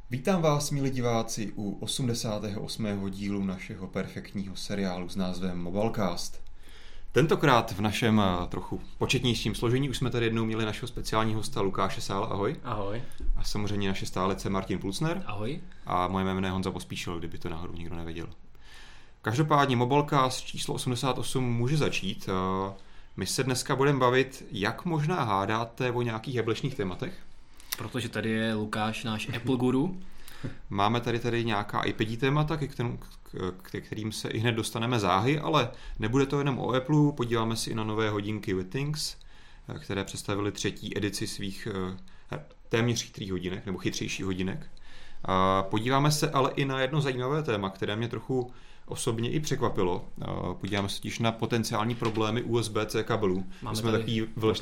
Vítám vás, milí diváci, u 88. dílu našeho perfektního seriálu s názvem Mobilecast. Tentokrát v našem trochu početnějším složení už jsme tady jednou měli našeho speciálního hosta Lukáše Sála, ahoj. Ahoj. A samozřejmě naše stálice Martin Pulsner. Ahoj. A moje jméno je Honza Pospíšil, kdyby to náhodou nikdo nevěděl. Každopádně Mobilecast číslo 88 může začít. My se dneska budeme bavit, jak možná hádáte o nějakých jablečných tématech. Protože tady je Lukáš, náš Apple guru. Máme tady nějaká iPadí témata, ke kterým se i hned dostaneme záhy, ale nebude to jenom o Apple, podíváme si i na nové hodinky Withings, které představily třetí edici svých téměř chytrých hodinek, nebo chytřejších hodinek. Podíváme se ale i na jedno zajímavé téma, které mě trochu osobně i překvapilo. Podíváme se totiž na potenciální problémy USB-C kabelů. My jsme takový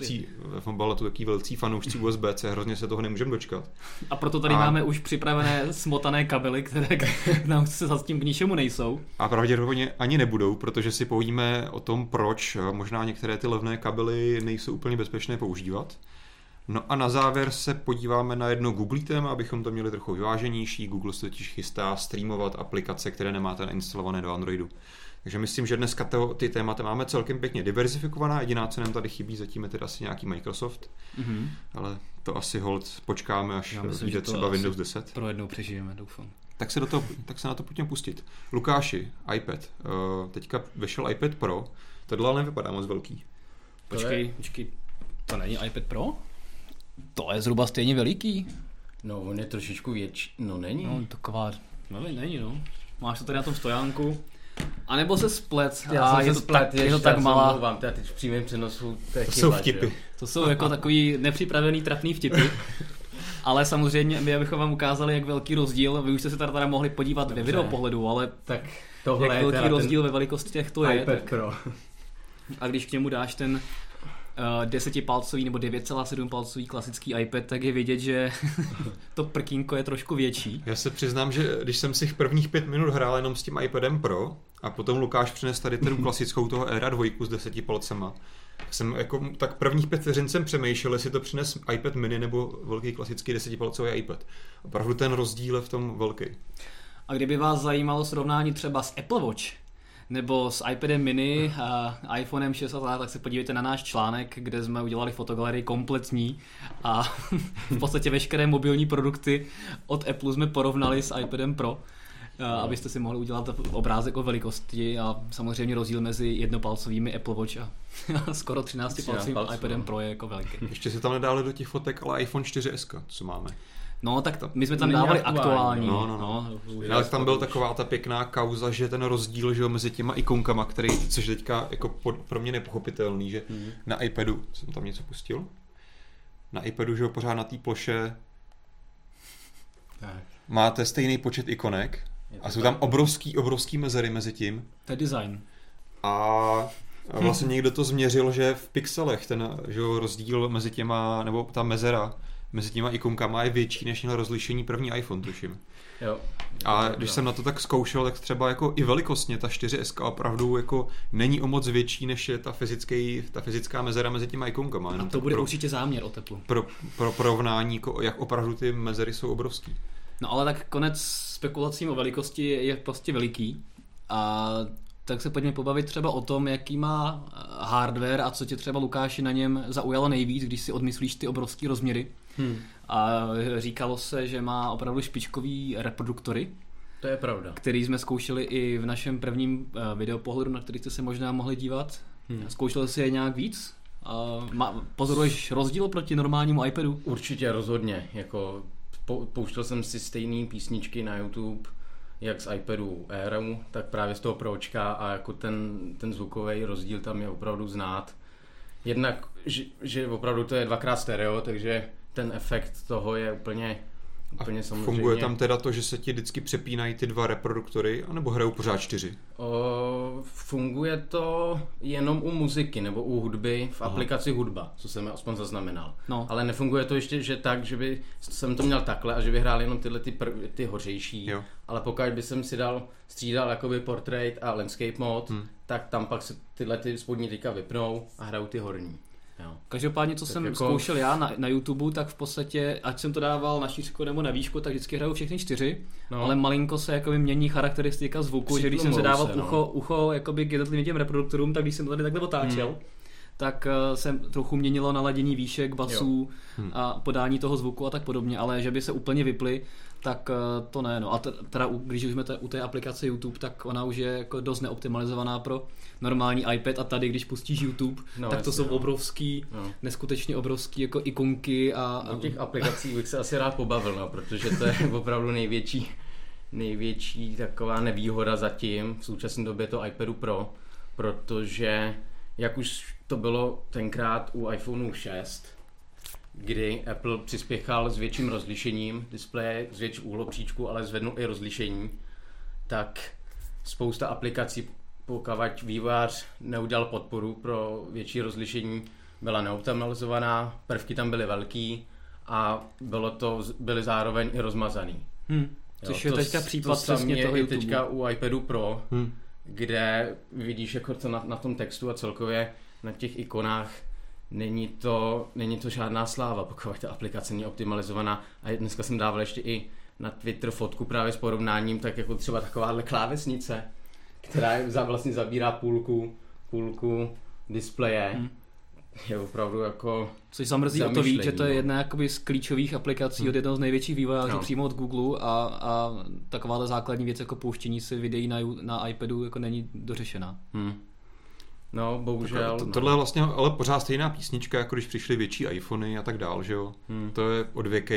velcí fanoušci USB-C, hrozně se toho nemůžeme dočkat. A proto tady máme už připravené smotané kabely, které nám se zatím k ničemu nejsou. A pravděpodobně ani nebudou, protože si povíme o tom, proč možná některé ty levné kabely nejsou úplně bezpečné používat. No a na závěr se podíváme na jedno Google téma, abychom to měli trochu vyváženější. Google se totiž chystá streamovat aplikace, které nemáte nainstalované do Androidu. Takže myslím, že dneska ty témata máme celkem pěkně diverzifikovaná. Jediná, co nám tady chybí, zatím je teda asi nějaký Microsoft. Mm-hmm. Ale to asi hold počkáme, až vyjde třeba Windows 10. Pro jednou přežijeme, doufám. Tak se na to pojďme pustit. Lukáši, iPad. Teďka vyšel iPad Pro. Tohle ale nevypadá moc velký. Počkej. To není iPad Pro? To je zhruba stejně veliký. No, on je trošičku větší. No, není. No, taková... No, není, no. Máš to tady na tom stojánku. A nebo se splet. Je to tak malá. Vám teď v přímém přenosu. To jsou vtipy. To jsou jako takový nepřipravený trapný vtipy. Ale samozřejmě my abychom vám ukázali, jak velký rozdíl. Vy už jste se tady mohli podívat ve videopohledu, ale tak tohle jak velký rozdíl ve velikosti těch to je. iPad Pro. A když k němu dáš ten 10-palcový nebo 9,7 palcový klasický iPad, tak je vidět, že to prkínko je trošku větší. Já se přiznám, že když jsem si prvních 5 minut hrál jenom s tím iPadem Pro a potom Lukáš přines tady ten klasickou toho Era 2 s 10 palcema, tak prvních 5 vteřin jsem přemýšlel, jestli to přines iPad mini nebo velký klasický 10-palcový iPad. Opravdu ten rozdíl je v tom velký. A kdyby vás zajímalo srovnání třeba s Apple Watch nebo s iPadem mini a iPhonem 6 tak se podívejte na náš článek, kde jsme udělali fotogalerii kompletní a v podstatě veškeré mobilní produkty od Apple jsme porovnali s iPadem Pro, abyste si mohli udělat obrázek o velikosti a samozřejmě rozdíl mezi jednopalcovými Apple Watch a skoro 13-palcovým iPadem Pro je jako veliký. Ještě se tam nedali do těch fotek, ale iPhone 4S, co máme. No, tak my jsme tam dávali aktuální. Ale tam byl taková ta pěkná kauza, že ten rozdíl, že mezi těma ikonkama, což je teďka jako pro mě nepochopitelný, že na iPadu, jsem tam něco pustil, na iPadu, že pořád na té ploše máte stejný počet ikonek a jsou tam obrovský mezery mezi tím. To je design. A vlastně někdo to změřil, že v pixelech ten rozdíl mezi těma, nebo ta mezera mezi těma ikonkama je větší, než měl rozlišení první iPhone, tuším. Jo. A když jsem na to tak zkoušel, tak třeba jako i velikostně ta 4S opravdu jako není o moc větší, než je ta fyzická mezera mezi těma ikonkama. A to bude určitě záměr o teplu. Pro porovnání, jak opravdu ty mezery jsou obrovský. No ale tak konec spekulacím o velikosti je prostě veliký. A tak se pojďme pobavit třeba o tom, jaký má hardware a co tě třeba, Lukáši, na něm zaujalo nejvíc, když si odmyslíš ty obrovský rozměry. A říkalo se, že má opravdu špičkový reproduktory. To je pravda. Který jsme zkoušeli i v našem prvním videopohledu, na který jste se možná mohli dívat. Zkoušeli jsi je nějak víc? Pozoruješ rozdíl proti normálnímu iPadu? Určitě, rozhodně. Jako, pouštěl jsem si stejné písničky na YouTube, jak z iPadu Airu, tak právě z toho Pročka a jako ten zvukový rozdíl tam je opravdu znát. Jednak, že opravdu to je dvakrát stereo, takže ten efekt toho je úplně samozřejmě. Funguje tam teda to, že se ti vždycky přepínají ty dva reproduktory, anebo hrajou pořád 4? Funguje to jenom u muziky nebo u hudby v aplikaci Hudba, co jsem aspoň zaznamenal. No. Ale nefunguje to ještě, že tak, že by jsem to měl takhle a že by hrál jenom tyhle ty hořejší. Jo. Ale pokud by jsem si střídal jakoby portrait a landscape mode, tak tam pak se tyhle ty spodní teďka vypnou a hrajou ty horní. Jo. Každopádně, co tak jsem jako... zkoušel já na YouTube, tak v podstatě, ať jsem to dával na šířku nebo na výšku, tak vždycky hraju všechny 4, ale malinko se jakoby mění charakteristika zvuku, že když jsem se dával ucho jakoby k jednotlivým těm reproduktorům, tak když jsem to tady takhle otáčel, tak jsem trochu měnilo naladění výšek, basů a podání toho zvuku a tak podobně, ale že by se úplně vyply, tak to ne. No. A teda když už jsme u té aplikace YouTube, tak ona už je jako dost neoptimalizovaná pro normální iPad a tady, když pustíš YouTube, tak to jsou obrovský, neskutečně obrovský jako ikonky a... O těch aplikacích bych se asi rád pobavil, no, protože to je opravdu největší taková nevýhoda zatím v současné době to iPadu Pro, protože jak už to bylo tenkrát u iPhoneu 6, kdy Apple přispěchal s větším rozlišením displeje, s větší úhlopříčku, ale zvednul i rozlišení, tak spousta aplikací, pokud vývojář neudělal podporu pro větší rozlišení, byla neoptimalizovaná, prvky tam byly velký a byly zároveň i rozmazaný. Což je teďka případ přesně toho YouTube. Teďka u iPadu Pro, kde vidíš jako to na tom textu a celkově na těch ikonách není to žádná sláva, pokud ta aplikace není optimalizovaná. A dneska jsem dával ještě i na Twitter fotku právě s porovnáním, tak jako třeba takováhle klávesnice, která vlastně zabírá půlku displeje. Je opravdu jako což zamrzí o to víc, že to je jedna jakoby z klíčových aplikací od jednoho z největších vývojářů přímo od Google a takováhle základní věc jako pouštění si videí na iPadu jako není dořešená. No, bohužel. Tohle je vlastně ale pořád stejná písnička, jako když přišly větší iPhony a tak dál, že jo. To je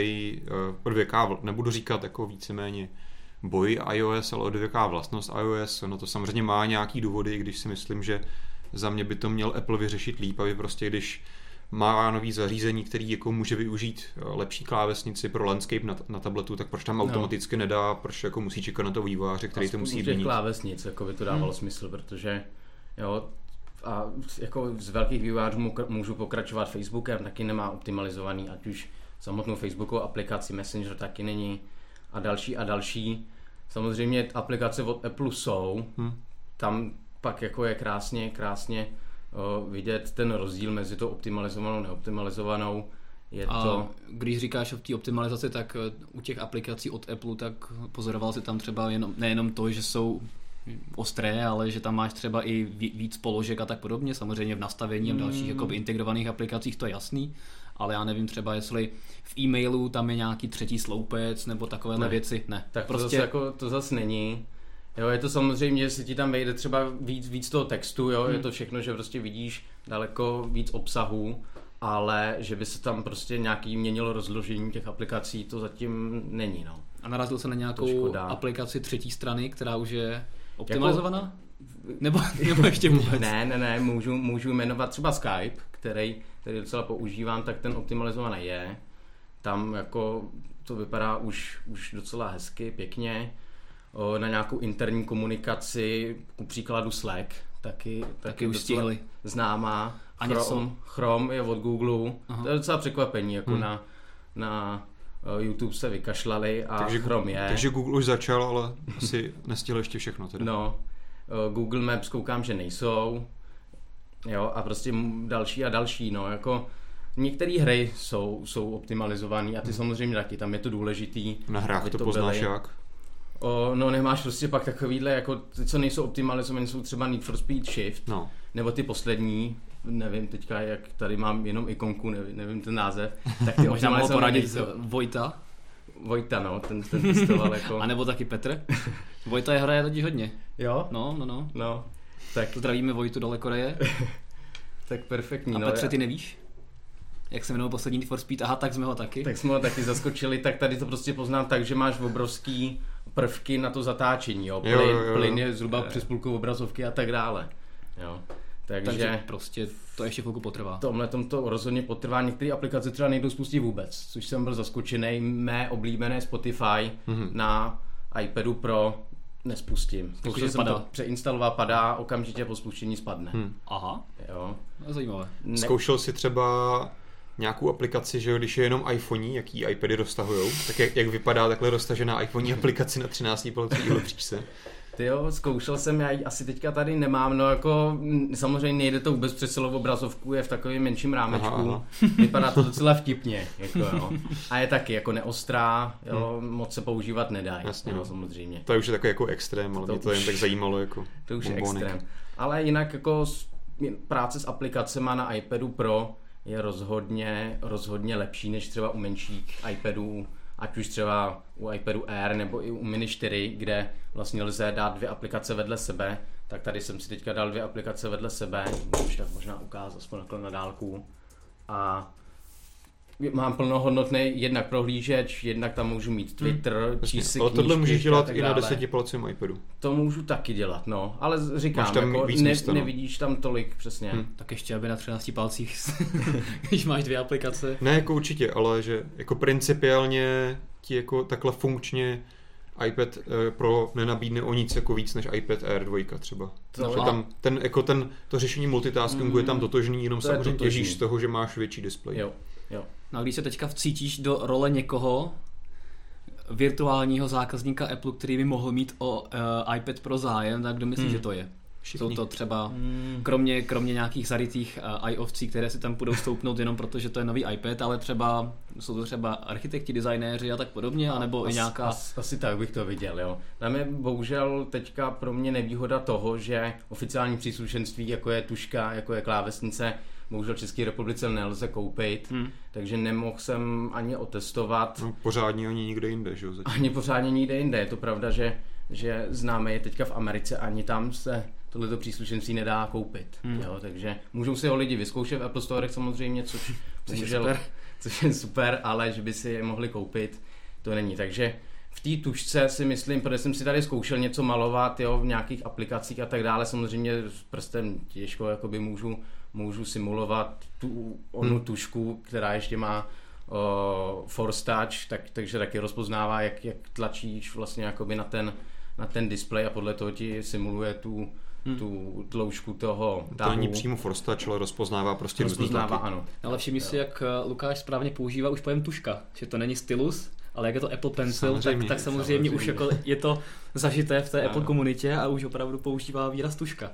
odvěká, nebudu říkat jako víceméně boj iOS, ale odvěká vlastnost iOS. No to samozřejmě má nějaký důvody, když si myslím, že za mě by to měl Apple vyřešit líp, aby prostě když má nový zařízení, který jako může využít lepší klávesnici pro landscape na tabletu, tak proč tam automaticky nedá, proč jako musí čekat na to vývojáře, který to musí změnit. Klávesnic, jako by to dávalo smysl, protože jo, a jako z velkých vývojářů můžu pokračovat Facebookem, taky nemá optimalizovaný, ať už samotnou Facebookovou aplikaci, Messenger taky není a další. Samozřejmě aplikace od Apple jsou, tam pak jako je krásně vidět ten rozdíl mezi to optimalizovanou a neoptimalizovanou. Když říkáš o té optimalizaci, tak u těch aplikací od Apple, tak pozoroval si tam třeba nejenom to, že jsou ostré, ale že tam máš třeba i víc položek a tak podobně, samozřejmě v nastavení a v dalších jakoby integrovaných aplikacích to je jasný, ale já nevím třeba, jestli v e-mailu tam je nějaký třetí sloupec nebo takovéhle věci, ne. Tak prostě to zase není. Jo, je to samozřejmě, jestli ti tam vejde třeba víc toho textu, jo, je to všechno, že prostě vidíš daleko víc obsahu, ale že by se tam prostě nějaký měnilo rozložení těch aplikací, to zatím není, no. A narazil se na nějakou aplikaci třetí strany, která už je optimalizovaná? Nebo ještě vůbec? Ne, můžu jmenovat třeba Skype, který docela používám, tak ten optimalizovaný je. Tam jako to vypadá už docela hezky, pěkně. Na nějakou interní komunikaci, ku příkladu Slack, taky už stihli. Známá. Chrome je od Google. Aha. To je docela překvapení, jako na YouTube se vykašlali a Chrome je. Takže Google už začal, ale asi nestihl ještě všechno teda. No, Google Maps koukám, že nejsou. Jo, a prostě další, no, jako některé hry jsou optimalizované a ty samozřejmě taky, tam je to důležitý. Na hrách to poznáš jak? No nemáš prostě pak takovýhle, jako ty, co nejsou optimalizované, jsou třeba Need for Speed Shift, nebo ty poslední, nevím teďka, jak tady mám jenom ikonku, nevím ten název, tak ty možná mohl poradit Vojta, no, ten testoval jako... A nebo taky Petr. Vojta je hraje totiž hodně. Jo? No. Tak zdravíme Vojtu do Koreje. Tak perfektní. A Petře, ty nevíš? Jak se jmenuje poslední Need for Speed? Aha, tak jsme ho taky. Tak jsme ho taky zaskočili, tak tady to prostě poznám tak, že máš obrovský prvky na to zatáčení, jo. Plyn je zhruba přes půlku obrazovky a tak dále. Jo. Takže prostě to ještě chvilku potrvá. Tomhle to rozhodně potrvá. Některé aplikace třeba nejdou spustit vůbec, což jsem byl zaskočený. Mé oblíbené Spotify na iPadu Pro nespustím. Zkoušel jsem to přeinstalovat, padá, okamžitě po spuštění spadne. Aha, jo. Zajímavé. Zkoušel si třeba nějakou aplikaci, že když je jenom iPhone, jaký iPady roztahujou, tak jak vypadá takhle roztažená iPhone aplikaci na 13 palcový příčce? Tyjo, zkoušel jsem, já ji asi teďka tady nemám, no jako samozřejmě nejde to vůbec přes celou obrazovku, je v takovém menším rámečku, vypadá to docela vtipně, jako jo. A je taky jako neostrá, jo, moc se používat nedá, jasně, no, samozřejmě. To je už je takový jako extrém, ale mě to jen tak zajímalo jako to už bombonek. Je extrém. Ale jinak jako práce s aplikacemi na iPadu Pro je rozhodně lepší než třeba u menších iPadů, ať už třeba u iPadu Air nebo i u Mini 4, kde vlastně lze dát 2 aplikace vedle sebe, tak tady jsem si teďka dal 2 aplikace vedle sebe, už tak možná ukázat aspoň na dálku. A mám plnohodnotný jednak prohlížeč, jednak tam můžu mít Twitter, číst si ale tohle můžeš dělat i na dále. 10-palcovém iPadu. To můžu taky dělat, no, ale říkám, tam jako místa, no. nevidíš tam tolik přesně. Tak ještě aby na 13 palcích, když máš 2 aplikace. Ne, jako určitě, ale že jako principiálně ti jako takhle funkčně iPad Pro nenabídne o nic jako víc než iPad Air 2 třeba. Že tam to řešení multitaskingu je tam totožný, jenom samozřejmě těžíš z toho, že máš větší displej. Jo. No a když se teďka vcítíš do role někoho, virtuálního zákazníka Apple, který by mohl mít o iPad Pro zájem, tak kdo myslíš, že to je? Všichni. Jsou to třeba, kromě nějakých zarytých iOvcí, které si tam budou stoupnout jenom proto, že to je nový iPad, ale třeba jsou to třeba architekti, designéři a tak podobně, anebo i nějaká... Asi tak bych to viděl, jo. Tam je bohužel teďka pro mě nevýhoda toho, že oficiální příslušenství, jako je tuška, jako je klávesnice, bohužel v České republice nelze koupit, takže nemohl jsem ani otestovat. No, pořádně ani nikde jinde, že jo? Ani pořádně nikde jinde, je to pravda, že známe je teďka v Americe, ani tam se tohleto příslušenství nedá koupit, jo, takže můžou si ho lidi vyzkoušet v Apple Storech samozřejmě, což je super, ale že by si je mohli koupit, to není, takže v té tušce si myslím, protože jsem si tady zkoušel něco malovat, jo, v nějakých aplikacích a tak dále, samozřejmě s prstem těžko jakoby můžu simulovat onu tušku, která ještě má Force Touch, takže taky rozpoznává, jak tlačíš vlastně jakoby na ten displej a podle toho ti simuluje tu tloušku toho tahu. To není přímo Force Touch, ale rozpoznává prostě různý tlaky. Ano. Ale všimni si, jak Lukáš správně používá už pojem tuška, že to není stylus, ale jak je to Apple Pencil, tak samozřejmě už jako je to zažité v té Apple komunitě a už opravdu používá výraz tuška.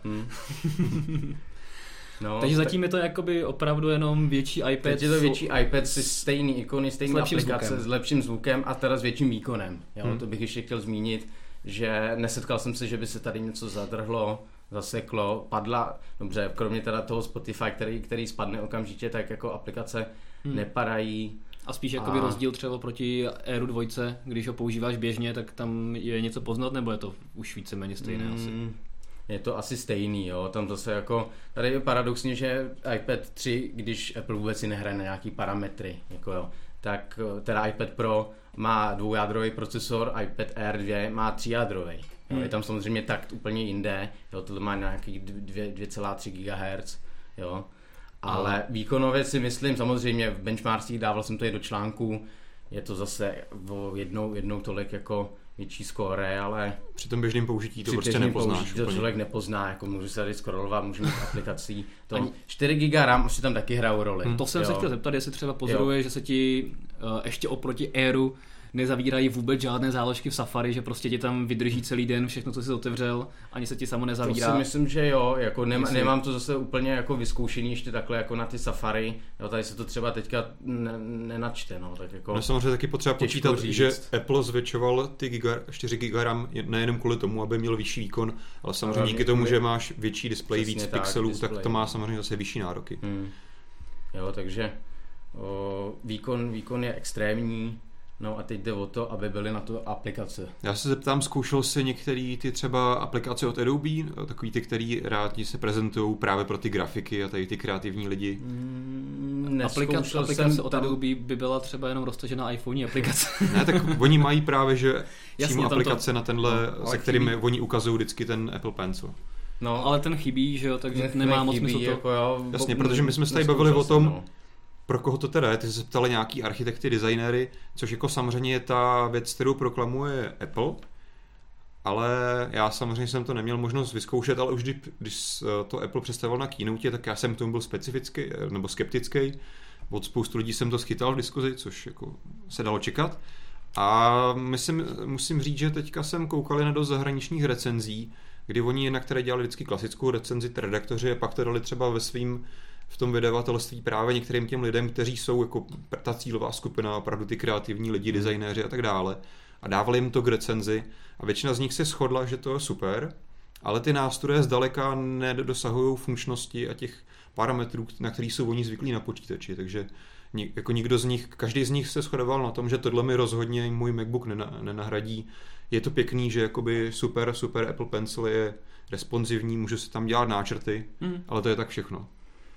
No, takže zatím je to jakoby opravdu jenom větší iPad. Teď je to větší iPad si stejný ikony, stejný aplikace s lepším zvukem a teda s větším výkonem. Jo, to bych ještě chtěl zmínit, že nesetkal jsem se, že by se tady něco zadrhlo, zaseklo, padla, dobře, kromě teda toho Spotify, který spadne okamžitě, tak jako aplikace nepadají. A spíš jakoby rozdíl třeba proti Airu 2, když ho používáš běžně, tak tam je něco poznat, nebo je to už víceméně stejné asi? Je to asi stejný, jo, tam zase jako, tady je paradoxně, že iPad 3, když Apple vůbec si nehraje na nějaký parametry, jako jo, tak teda iPad Pro má 2jádrový procesor, iPad Air 2 má 3jádrový. Je tam samozřejmě takt úplně jinde, jo, tohle má nějakých 2,3 GHz, jo. Ale výkonově si myslím, samozřejmě v benchmarkcích dával jsem to i do článku, je to zase o jednou tolik jako větší skóre, ale při tom běžném použití to prostě nepoznáš. To člověk nepozná, jako můžu se tady scrollovat, můžu mít aplikací. 4 GB RAM asi tam taky hrajou roli. To jsem se chtěl zeptat, jestli třeba pozoruje, že se ti ještě oproti Airu nezavírají vůbec žádné záložky v Safari, že prostě ti tam vydrží celý den všechno, co jsi otevřel, ani se ti samo nezavírá. To si myslím, že jo, jako nemám to zase úplně jako vyzkoušený ještě takhle jako na ty Safari, jo, tady se to třeba teďka nenačte, no, tak jako. No samozřejmě taky potřeba počítat, že Apple zvětšoval ty 4 GB RAM nejenom kvůli tomu, aby měl vyšší výkon, ale samozřejmě díky tomu, že máš větší displej, víc pixelů, tak to má samozřejmě zase vyšší nároky. Jo, takže výkon je extrémní. No a teď jde o to, aby byly na to aplikace. Já se zeptám, zkoušel jsi některé ty třeba aplikace od Adobe, takový ty, který rádi se prezentují právě pro ty grafiky a tady ty kreativní lidi? Aplikace od Adobe by byla třeba jenom roztažená iPhone aplikace. Ne, tak oni mají právě, že přímo aplikace na tenhle, se kterými oni ukazují vždycky ten Apple Pencil. No, ale ten chybí, že jo, takže nemá moc smysl to. Jako jo, jasně, protože my jsme se tady bavili o tom, pro koho to teda je, ty jsi se ptali nějaký architekty, designéry, což jako samozřejmě je ta věc, kterou proklamuje Apple, ale já samozřejmě jsem to neměl možnost vyzkoušet, ale už když to Apple představil na keynote, tak já jsem k tomu byl specifický nebo skeptický. Od spoustu lidí jsem to schytal v diskuzi, což jako se dalo čekat. A musím říct, že teďka jsem koukal na do zahraničních recenzí, kdy oni jinak které dělali vždycky klasickou recenzi, ty redaktoři, a pak to dali třeba v tom vydavatelství právě některým těm lidem, kteří jsou jako ta cílová skupina, opravdu ty kreativní lidi, designéři a tak dále. A dávali jim to k recenzi a většina z nich se shodla, že to je super, ale ty nástroje zdaleka nedosahují funkčnosti a těch parametrů, na který jsou oni zvyklí na počítači, takže jako každý z nich se shodoval na tom, že tohle mi rozhodně můj MacBook nenahradí. Je to pěkný, že jakoby super Apple Pencil je responsivní, můžu si tam dělat náčrty, ale to je tak všechno.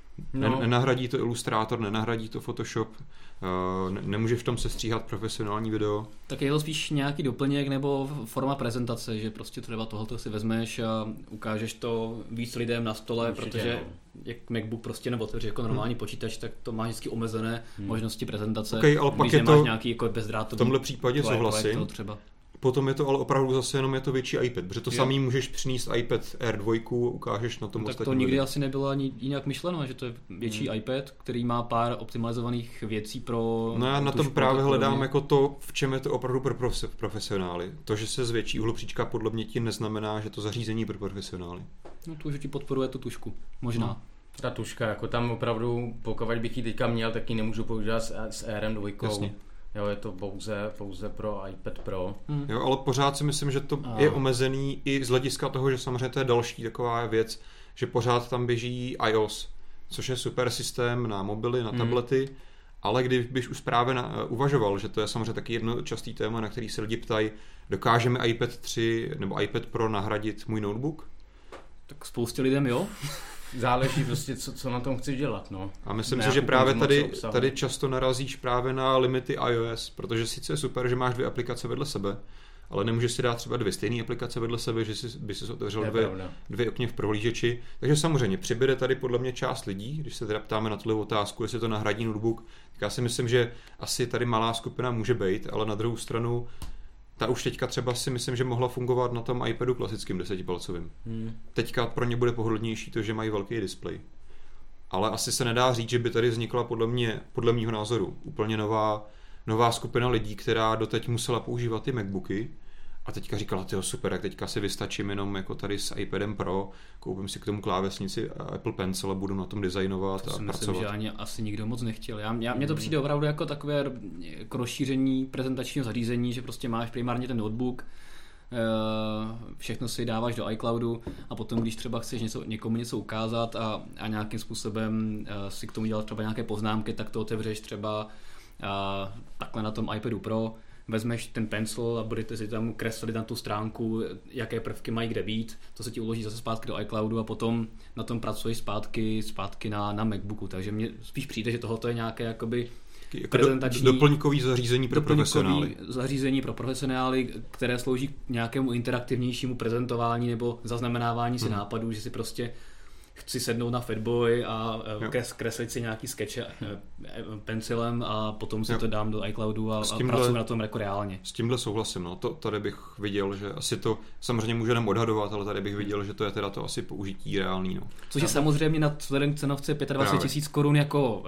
No. Nenahradí to Illustrator, nenahradí to Photoshop, nemůžeš v tom sestříhat profesionální video. Tak je to spíš nějaký doplněk nebo forma prezentace, že prostě třeba tohoto si vezmeš a ukážeš to víc lidem na stole, určitě, protože jak MacBook prostě neotevře jako normální počítač, tak to má vždycky omezené možnosti prezentace. Okay, ale pak je to nějaký jako bezdrátový. V tomhle případě souhlasím. Potom je to ale opravdu zase jenom je to větší iPad, protože to samý můžeš přinést iPad Air 2, ukážeš na tom tak to nikdy asi nebylo ani jinak myšleno, že to je větší iPad, který má pár optimalizovaných věcí pro... No já na tom právě hledám jako to, v čem je to opravdu pro profesionály. To, že se zvětší úhlopříčka podle mě tím neznamená, že to zařízení pro profesionály. No to, že ti podporuje tu tušku, možná. No. Ta tuška, jako tam opravdu, pokud bych ji teďka měl, tak ji nemůžu používat s Airem 2. Jasně. Jo, je to pouze pro iPad Pro. Jo, ale pořád si myslím, že to je omezený i z hlediska toho, že samozřejmě to je další taková věc, že pořád tam běží iOS, což je super systém na mobily, na tablety, ale když už právě uvažoval, že to je samozřejmě taky jedno častý téma, na který se lidi ptají, dokážeme iPad 3 nebo iPad Pro nahradit můj notebook? Tak spoustě lidem jo. Záleží prostě, co na tom chceš dělat, no. A myslím si, že právě tady často narazíš právě na limity iOS, protože sice je super, že máš 2 aplikace vedle sebe, ale nemůžeš si dát třeba 2 stejné aplikace vedle sebe, že by si otevřel dvě okně v prohlížeči. Takže samozřejmě přibyde tady podle mě část lidí, když se teda ptáme na tuhle otázku, jestli to nahradí notebook, tak já si myslím, že asi tady malá skupina může být, ale na druhou stranu ta už teďka třeba si myslím, že mohla fungovat na tom iPadu klasickým 10palcovým. Teďka pro ně bude pohodlnější to, že mají velký displej. Ale asi se nedá říct, že by tady vznikla podle mýho názoru úplně nová skupina lidí, která doteď musela používat ty MacBooky a teďka říkala, tyjo super, jak teďka si vystačím jenom jako tady s iPadem Pro, koupím si k tomu klávesnici Apple Pencil a budu na tom designovat to a pracovat. Myslím, že ani asi nikdo moc nechtěl. Mně to přijde opravdu jako takové jako rozšíření prezentačního zařízení, že prostě máš primárně ten notebook, všechno si dáváš do iCloudu a potom, když třeba chceš někomu něco ukázat a nějakým způsobem si k tomu dělat třeba nějaké poznámky, tak to otevřeš třeba takhle na tom iPadu Pro, vezmeš ten pencil a budete si tam kreslit na tu stránku, jaké prvky mají kde být, to se ti uloží zase zpátky do iCloudu a potom na tom pracuješ zpátky na MacBooku, takže mně spíš přijde, že tohoto je nějaké jakoby prezentační doplňkový zařízení pro profesionály. Zařízení pro profesionály, které slouží k nějakému interaktivnějšímu prezentování nebo zaznamenávání si nápadů, že si prostě chci sednout na Fatboy a kreslit si nějaký sketche pencilem a potom si to dám do iCloudu a pracuji na tom jako reálně. S tímhle souhlasím, no. Tady bych viděl, že asi to samozřejmě můžu jenom odhadovat, ale tady bych viděl, že to je teda to asi použití reálný, no. Což je samozřejmě na vzhledem k cenovce 25 000 korun jako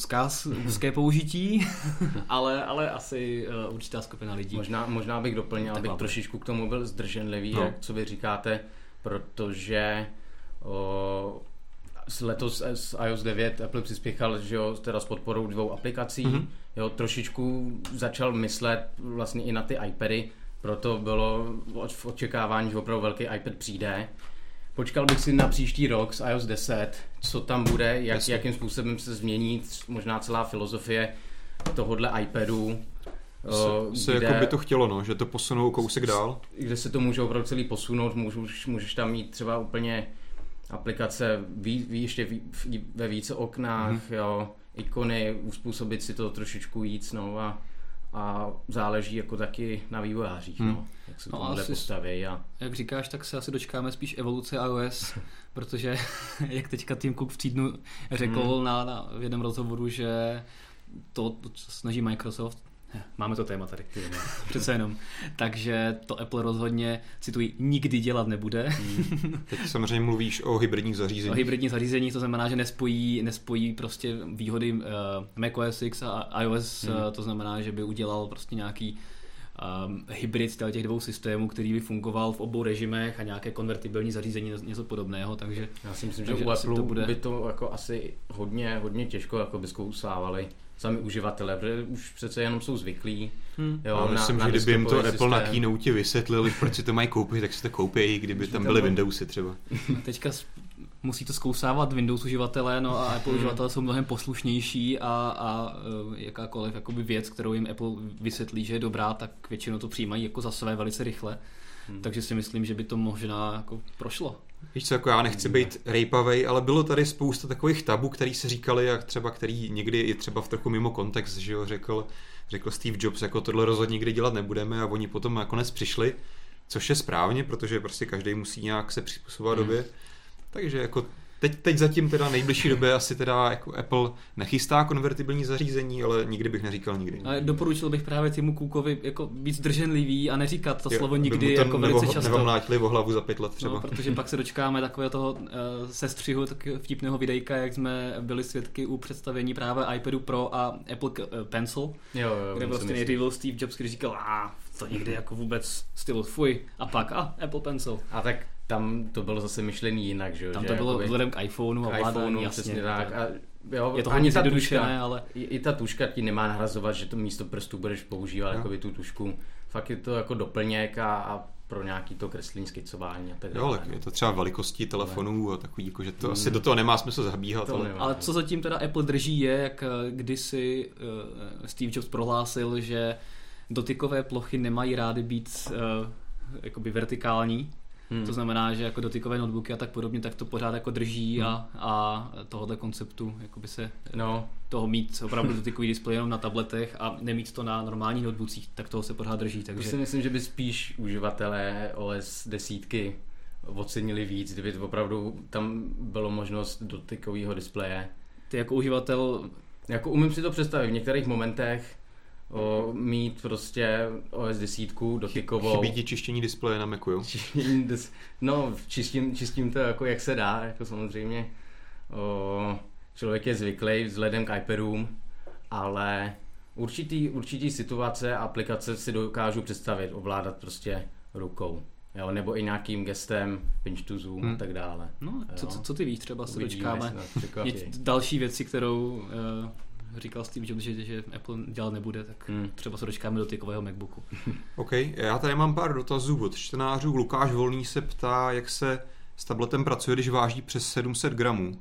úzké použití, ale asi určitá skupina lidí. Možná bych doplnil, abych trošičku k tomu byl zdrženlivý, jak co vy říkáte, protože letos s iOS 9 Apple přispěchal, že jo, teda s podporou 2 aplikací, jo, trošičku začal myslet vlastně i na ty iPady, proto bylo v očekávání, že opravdu velký iPad přijde. Počkal bych si na příští rok s iOS 10, co tam bude, jakým způsobem se změní možná celá filozofie tohodle iPadu. Jako by to chtělo, no, že to posunou kousek dál. Kde se to může opravdu celý posunout, můžeš tam mít třeba úplně aplikace ještě ve více oknách, jo, ikony, uspůsobit si to trošičku víc, no, a záleží jako taky na vývojářích, no, jak se tohle postaví. Jak říkáš, tak se asi dočkáme spíš evoluce iOS, protože jak teďka Tim Cook v týdnu řekl v jednom rozhovoru, že to snaží Microsoft, máme to téma tady, přece jenom. Takže to Apple rozhodně, cituji, nikdy dělat nebude. Teď samozřejmě mluvíš o hybridních zařízeních. O hybridních zařízeních, to znamená, že nespojí prostě výhody macOS X a iOS, to znamená, že by udělal prostě nějaký hybrid těch dvou systémů, který by fungoval v obou režimech a nějaké konvertibilní zařízení, něco podobného, takže já si myslím, že u Apple by to jako asi hodně těžko jako by zkousávali sami uživatelé, protože už přece jenom jsou zvyklí. Jo, myslím, že kdyby jim to Apple na keynote vysvětlili, proč si to mají koupit, tak si to koupí, kdyby tam byly Windowsy třeba. Teďka musí to zkousávat Windows uživatelé, no a Apple uživatelé jsou mnohem poslušnější a jakákoliv jakoby věc, kterou jim Apple vysvětlí, že je dobrá, tak většinou to přijímají jako za své velice rychle. Takže si myslím, že by to možná jako prošlo. Víš co, jako já nechci být rejpavej, ale bylo tady spousta takových tabů, který se říkali, jak třeba, který někdy je třeba v trochu mimo kontext, že jo, řekl Steve Jobs, jako tohle rozhodně nikdy dělat nebudeme, a oni potom nakonec přišli, což je správně, protože prostě každý musí nějak se přizpůsobovat době. Takže jako teď zatím teda nejbližší době asi teda jako Apple nechystá konvertibilní zařízení, ale nikdy bych neříkal nikdy. Ale doporučil bych právě Timu Cookovi jako být zdrženlivý a neříkat to slovo nikdy jako velice často. Nevomlátili o hlavu za 5 let třeba. No, protože pak se dočkáme takového toho sestřihu, takového vtipného videjka, jak jsme byli svědky u představení právě iPadu Pro a Apple Pencil, kde prostě nejdřív Steve Jobs, který říkal, to nikdy jako vůbec stylu fuj, a pak Apple Pencil. A tak tam to bylo zase myšlený jinak, že jo? Tam to bylo vzhledem k iPhoneu a vládání, jasně. Tak. A jo, je to hodně zjednodušené, ale... I ta tuška ti nemá nahrazovat, že to místo prstů budeš používat jako tu tušku. Fakt je to jako doplněk a pro nějaký to kreslení, skicování a tak dále. Jo, je to třeba velikostí telefonů a takový, jako, že to asi do toho nemá smysl zabíhat. Ale co zatím teda Apple drží je, jak kdysi Steve Jobs prohlásil, že dotykové plochy nemají rády být jakoby vertikální. To znamená, že jako dotykové notebooky a tak podobně, tak to pořád jako drží a tohoto konceptu jakoby se toho mít opravdu dotykový displej jenom na tabletech a nemít to na normálních notebookích, tak toho se pořád drží. Takže to si myslím, že by spíš uživatelé OS 10 ocenili víc, kdyby opravdu tam bylo možnost dotykového displeje. Ty jako uživatel... Jako umím si to představit v některých momentech, mít prostě OS 10 dotykovou. Chybí ti čištění displeje na Macu, jo? Čistím to jako jak se dá, jako samozřejmě. Člověk je zvyklý vzhledem k iPadům, ale určitý situace a aplikace si dokážu představit, ovládat prostě rukou. Jo, nebo i nějakým gestem, pinch to zoom a tak dále. No, co ty víš, třeba se dočkáme. Další věci, kterou říkal Steve Jobs, že Apple dělat nebude, tak třeba se dočkáme dotykového MacBooku. OK, já tady mám pár dotazů od čtenářů. Lukáš Volný se ptá, jak se s tabletem pracuje, když váží přes 700 gramů.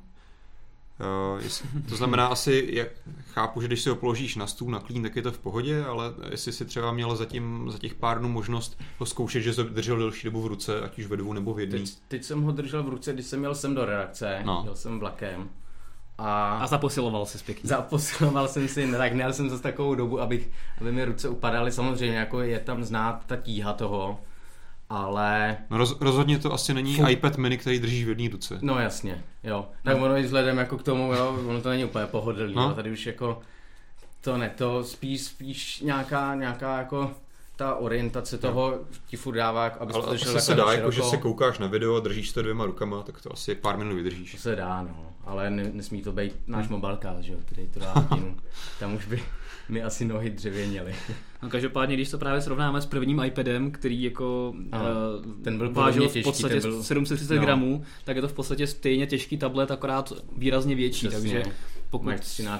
To znamená asi, chápu, že když si ho položíš na stůl, na klín, tak je to v pohodě, ale jestli si třeba měl za těch pár dnů možnost ho zkoušet, že se držel delší dobu v ruce, ať už ve dvou nebo v jedné. Teď jsem ho držel v ruce, když jsem jel sem do redakce, jel jsem vlakem. A zaposiloval jsi pěkně. Zaposiloval jsem si, tak nejel jsem zase takovou dobu, aby mi ruce upadaly, samozřejmě jako je tam znát ta tíha toho, ale... No rozhodně to asi není iPad mini, který držíš v jedné ruce. No jasně, jo. Tak ono i vzhledem jako k tomu, jo, ono to není úplně pohodlný, tady už jako to spíš nějaká jako ta orientace toho ti furt dává, aby to držel takhle se dá, jako že se koukáš na video a držíš to 2 rukama, tak to asi pár minut vydržíš. To se dá, no, ale nesmí to být náš mobilkář, že jo, který to dá hodinu. Tam už by mi asi nohy dřevěněly. No každopádně, když to právě srovnáme s prvním iPadem, který jako ten byl vážil v podstatě 730 gramů, tak je to v podstatě stejně těžký tablet, akorát výrazně větší, přesně. Takže pokud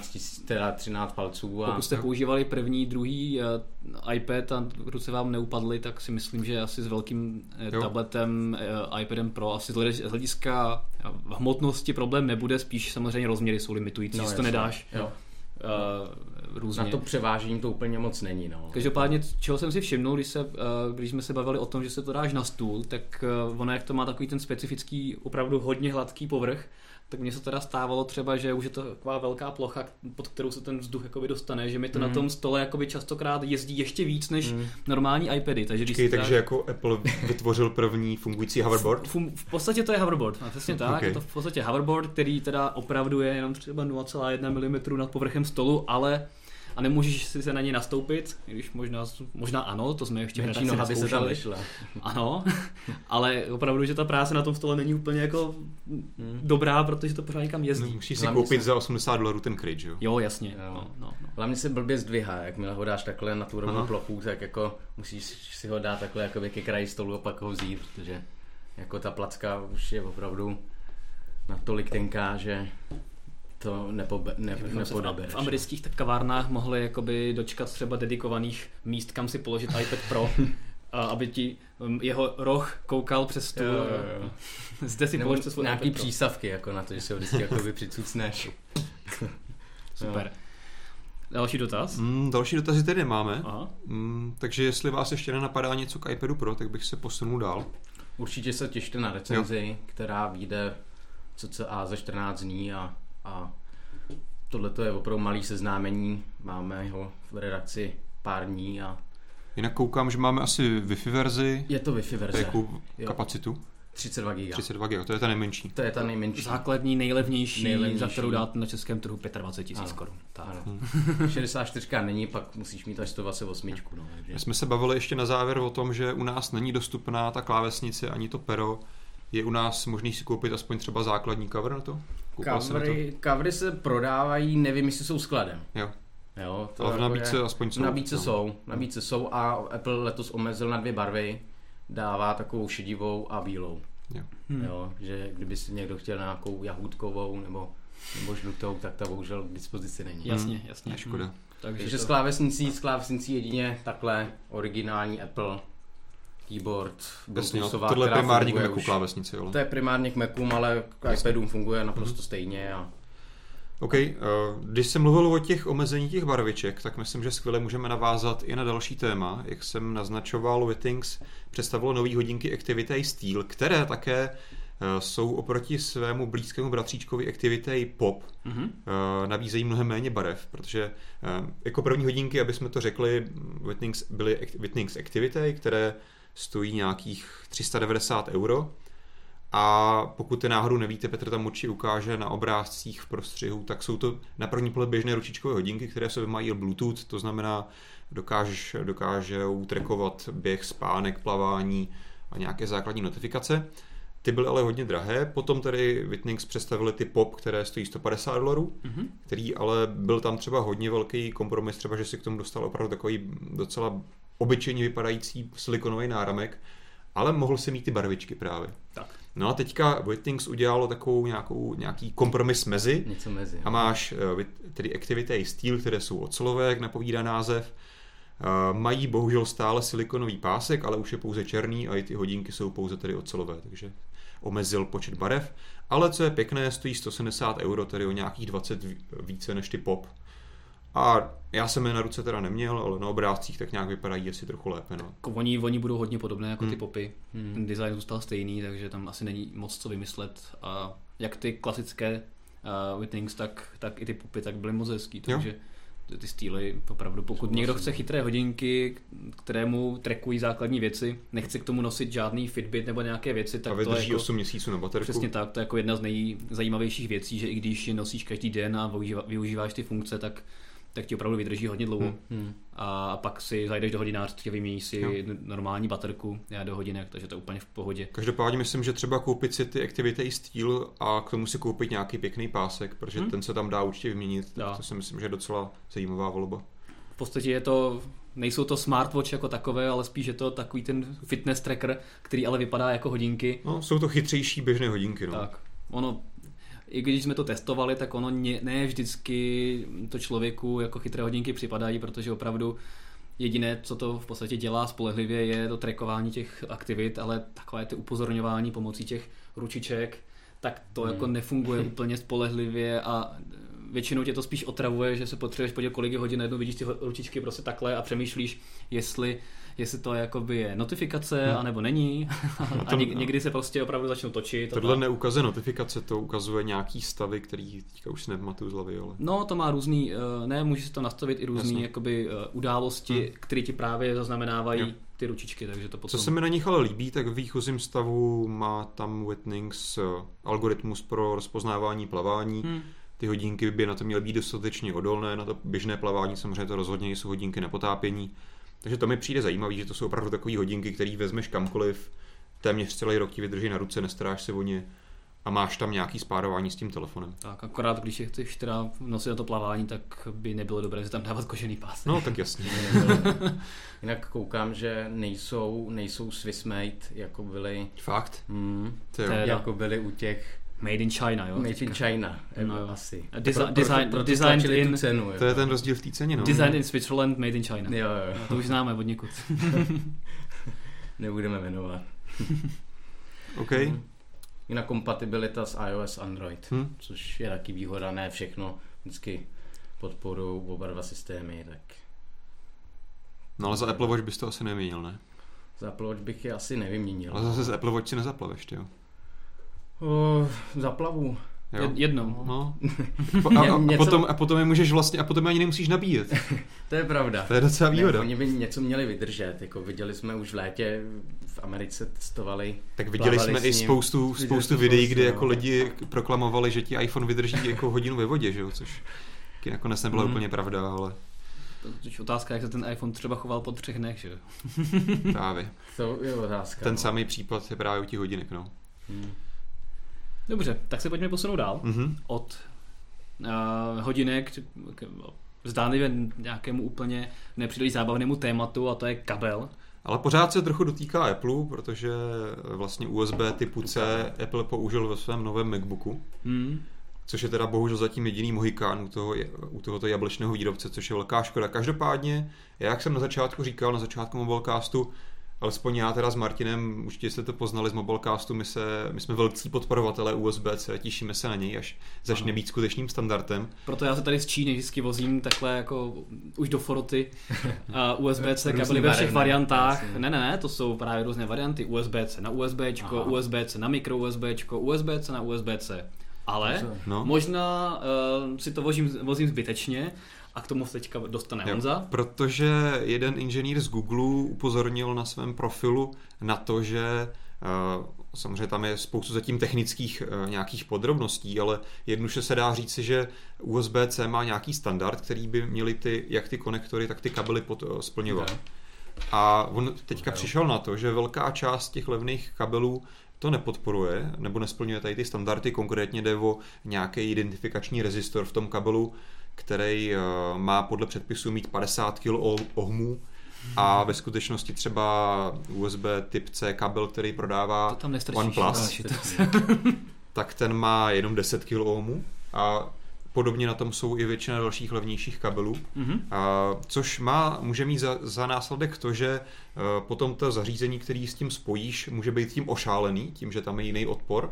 13 palců pokud jste používali první, druhý iPad a ruce vám neupadly, tak si myslím, že asi s velkým tabletem iPadem Pro asi z hlediska hmotnosti problém nebude, spíš samozřejmě rozměry jsou limitující, to nedáš. Různě. Na to převážení to úplně moc není. No. Každopádně, čeho jsem si všimnul, když jsme se bavili o tom, že se to dáš na stůl, tak ono, jak to má takový ten specifický, opravdu hodně hladký povrch, tak mně se teda stávalo třeba, že už je to taková velká plocha, pod kterou se ten vzduch jakoby dostane, že mi to na tom stole jakoby častokrát jezdí ještě víc než normální iPady. Takže jako Apple vytvořil první fungující hoverboard? V podstatě to je hoverboard, a přesně tak, je to v podstatě hoverboard, který teda opravdu je jenom třeba 0,1 mm nad povrchem stolu, ale a nemůžeš si se na ně nastoupit, když možná ano, to jsme ještě menší noha by se tam nešla. Ano, ale opravdu, že ta práce na tom stole není úplně jako dobrá, protože to pořád někam jezdí. No, musíš si koupit za $80 ten kryt, jo? Jo, jasně. Jo. No. Hlavně se blbě zdvihá, jakmile ho dáš takhle na tu rovnou plochu, tak jako musíš si ho dát takhle jako ke kraji stolu a pak ho vzít, protože jako ta placka už je opravdu natolik tenká, že to nepodobereš. V amerických kavárnách mohli jakoby dočkat třeba dedikovaných míst, kam si položit iPad Pro, aby ti jeho roh koukal přes tu... Zde si položte svůj nějaký přísavky jako na to, že si ho vždycky jakoby přicucneš. Super. Další dotaz? Další dotazy tady nemáme. Takže jestli vás ještě nenapadá něco k iPadu Pro, tak bych se posunul dál. Určitě se těšte na recenzi, která vyjde cca za 14 dní a tohle je opravdu malý seznámení. Máme ho v redakci pár dní a... Jinak koukám, že máme asi Wi-Fi verzi. Je to Wi-Fi verze. Jakou kapacitu? 32 GB. 32 GB, to je ta nejmenší. To je ta nejmenší. Základní, nejlevnější. Za kterou dát na českém trhu 25 000 korun. 64 není, pak musíš mít až 128. No, takže... My jsme se bavili ještě na závěr o tom, že u nás není dostupná ta klávesnice ani to pero. Je u nás možný si koupit aspoň třeba základní cover na to? Covery se prodávají, nevím, jestli jsou skladem. Jo, to ale v nabídce aspoň jsou. Nabídce jsou a Apple letos omezil na 2 barvy. Dává takovou šedivou a bílou. Jo, že kdyby si někdo chtěl nějakou jahůdkovou nebo žlutou, tak ta bohužel k dispozici není. Jasně. Škoda. Takže s klávesnicí jedině takhle originální Apple keyboard, Bluetooothová, tohle je primárně k Macu klávesnice, jo? To je primárně k Macům, ale k iPadům funguje naprosto stejně. OK, když jsem mluvil o těch omezení těch barviček, tak myslím, že skvěle můžeme navázat i na další téma. Jak jsem naznačoval, Withings představilo nový hodinky Activity Steel, které také jsou oproti svému blízkému bratříčkovi Activity Pop nabízejí mnohem méně barev, protože jako první hodinky, aby jsme to řekli, Withings byly Withings Activity, které stojí nějakých 390 €. A pokud ty náhodou nevíte, Petr tam určitě ukáže na obrázcích v prostřihu, tak jsou to na první pohled běžné ručičkové hodinky, které se mají Bluetooth, to znamená dokážou trackovat běh, spánek, plavání a nějaké základní notifikace. Ty byly ale hodně drahé, potom tedy Withings představili ty Pop, které stojí $150, který ale byl tam třeba hodně velký kompromis, třeba že si k tomu dostal opravdu takový docela obyčejně vypadající silikonový náramek, ale mohl si mít ty barvičky právě. Tak. No a teďka Withings udělalo takovou nějaký kompromis mezi. Něco mezi. A máš tedy Activity Steel, které jsou ocelové, jak napovídá název. Mají bohužel stále silikonový pásek, ale už je pouze černý a i ty hodinky jsou pouze tedy ocelové, takže omezil počet barev. Ale co je pěkné, stojí €170, tedy o nějakých 20 více než ty Pop. A já jsem je na ruce teda neměl, ale na obrázcích tak nějak vypadají asi trochu lépe. No. Oni budou hodně podobné jako ty Popy. Ten design zůstal stejný, takže tam asi není moc co vymyslet. A jak ty klasické Withings, tak i ty Popy tak byly moc hezký. Takže ty styly opravdu, pokud někdo chce chytré hodinky, kterému trackují základní věci, nechce k tomu nosit žádný Fitbit nebo nějaké věci, tak a vydrží to je jako, 8 měsíců na baterku. Přesně tak, to je jako jedna z nejzajímavějších věcí, že i když je nosíš každý den a využíváš ty funkce, tak ti opravdu vydrží hodně dlouho. A pak si zajdeš do hodinářství a vyměníš si normální baterku do hodinek, takže to je úplně v pohodě. Každopádně myslím, že třeba koupit si ty Activity Steel a k tomu si koupit nějaký pěkný pásek, protože ten se tam dá určitě vyměnit. To si myslím, že je docela zajímavá volba. V podstatě nejsou to smartwatch jako takové, ale spíš je to takový ten fitness tracker, který ale vypadá jako hodinky. No, jsou to chytřejší běžné hodinky. No. Tak, i když jsme to testovali, tak ono ne vždycky to člověku jako chytré hodinky připadají, protože opravdu jediné, co to v podstatě dělá spolehlivě, je to trackování těch aktivit, ale takové ty upozorňování pomocí těch ručiček, tak to jako nefunguje úplně spolehlivě a většinou tě to spíš otravuje, že se potřebuješ podívat, kolik je hodin, najednou vidíš ty ručičky prostě takhle a přemýšlíš, jestli to jakoby je notifikace, anebo není. A někdy se prostě opravdu začnou točit. Tohle neukazuje notifikace, to ukazuje nějaký stavy, který teďka už si nepamatuju z hlavy, ale... No, to má různý, můžeš si to nastavit i různý jakoby události, které ti právě zaznamenávají ty ručičky, takže to potom... Co se mi na nich ale líbí, tak v výchozím stavu má tam Withings algoritmus pro rozpoznávání plavání. Ty hodinky by na to měly být dostatečně odolné, na to běžné plavání samozřejmě to rozhodně jsou hodinky na potápění. Takže to mi přijde zajímavý, že to jsou opravdu takové hodinky, které vezmeš kamkoliv, téměř celý rok ti vydrží na ruce, nestaráš se o ně a máš tam nějaký spárování s tím telefonem. Tak akorát, když je chceš teda nosit na to plavání, tak by nebylo dobré si tam dávat kožený pás. No, tak jasně. Jinak koukám, že nejsou Swissmade, jako byly... Fakt? Jako byly u těch... Made in China, jo? Made in China, no, asi. Designed in... tu cenu, to je ten rozdíl v té ceně, no. Designed in Switzerland, made in China. Jo. To už známe od někud. Nebudeme jmenovat. OK. Jinak kompatibilita s iOS Android, což je taky výhoda, ne všechno vždycky podporují oba dva systémy, tak... No ale za Apple Watch bys to asi neměnil, ne? Za Apple Watch bych je asi nevyměnil. Ale zase z Apple Watch si nezaplaveš, jo? Zaplavu. Jednou. No. A potom je můžeš vlastně, a potom je ani nemusíš nabíjet. To je pravda. To je docela výhoda. Oni by něco měli vydržet, jako viděli jsme už v létě, v Americe testovali. Tak viděli jsme i spoustu videí, kde jako lidi proklamovali, že ti iPhone vydrží jako hodinu ve vodě, že jo, což nakonec nebyla úplně pravda, ale... Což otázka, jak se ten iPhone třeba choval po 3 dnech, že jo? Právě. To je otázka. Ten samý případ je právě u těch hodinek, no. Dobře, tak se pojďme posunout dál. Od hodinek zdánlivě nějakému úplně nepříliš zábavnému tématu, a to je kabel. Ale pořád se trochu dotýká Apple, protože vlastně USB typu C Apple použil ve svém novém MacBooku. Což je teda bohužel zatím jediný mohikán u tohoto jablečného výrobce, což je velká škoda. Každopádně, jak jsem na začátku říkal, na začátku Mobilecastu, alespoň já teda s Martinem, určitě jste to poznali z Mobilecastu, my jsme velcí podporovatelé USB-C, těšíme se na něj, až začne být skutečným standardem. Proto já se tady z Číny vždycky vozím takhle jako už do foroty USB-C kabely ve všech variantách. Ne, to jsou právě různé varianty. USB-C na USBčko, USB-C na micro USBčko, USB-C na USB-C. Ale možná si to vozím zbytečně a k tomu se teďka dostane Honza. Protože jeden inženýr z Google upozornil na svém profilu na to, že samozřejmě tam je spoustu zatím technických nějakých podrobností, ale jednoduše se dá říci, že USB-C má nějaký standard, který by měly jak ty konektory, tak ty kabely splňovat. A on teďka přišel na to, že velká část těch levných kabelů to nepodporuje, nebo nesplňuje tady ty standardy, konkrétně jde o nějaký identifikační rezistor v tom kabelu, který má podle předpisu mít 50 kOhmů a ve skutečnosti třeba USB typ C kabel, který prodává OnePlus, tak ten má jenom 10 kOhmů a podobně na tom jsou i většina dalších levnějších kabelů, což může mít za následek to, že potom to zařízení, který s tím spojíš, může být tím ošálený, tím, že tam je jiný odpor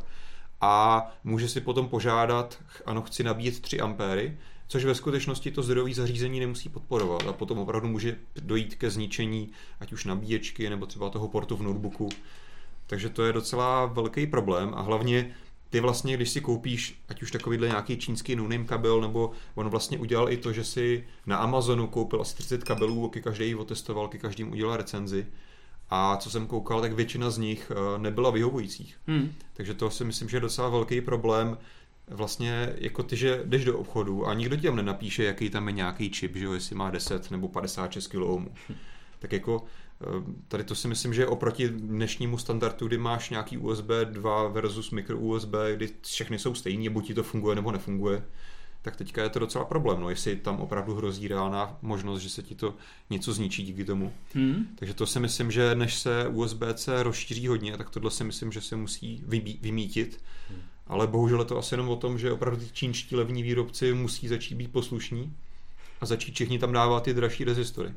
a může si potom požádat, ano, chci nabíjet 3 ampéry, což ve skutečnosti to zdrojové zařízení nemusí podporovat a potom opravdu může dojít ke zničení ať už nabíječky nebo třeba toho portu v notebooku. Takže to je docela velký problém a hlavně ty vlastně, když si koupíš ať už takovýhle nějaký čínský no-name kabel, nebo on vlastně udělal i to, že si na Amazonu koupil asi 30 kabelů, každý otestoval, každým udělal recenzi a co jsem koukal, tak většina z nich nebyla vyhovujících. Takže to si myslím, že je docela velký problém. Vlastně jako ty, že jdeš do obchodu a nikdo ti tam nenapíše, jaký tam je nějaký čip, že jo, jestli má 10 nebo 56 kOhmů. Tak jako tady to si myslím, že je oproti dnešnímu standardu, kdy máš nějaký USB 2 versus micro USB, kdy všechny jsou stejný, buď ti to funguje nebo nefunguje, tak teďka je to docela problém, no, jestli tam opravdu hrozí reálná možnost, že se ti to něco zničí díky tomu. Takže to si myslím, že než se USB-C rozšíří hodně, tak tohle si myslím, že se musí vymítit. Ale bohužel je to asi jenom o tom, že opravdu ty čínští levní výrobci musí začít být poslušní a začít všichni tam dávat ty dražší rezistory.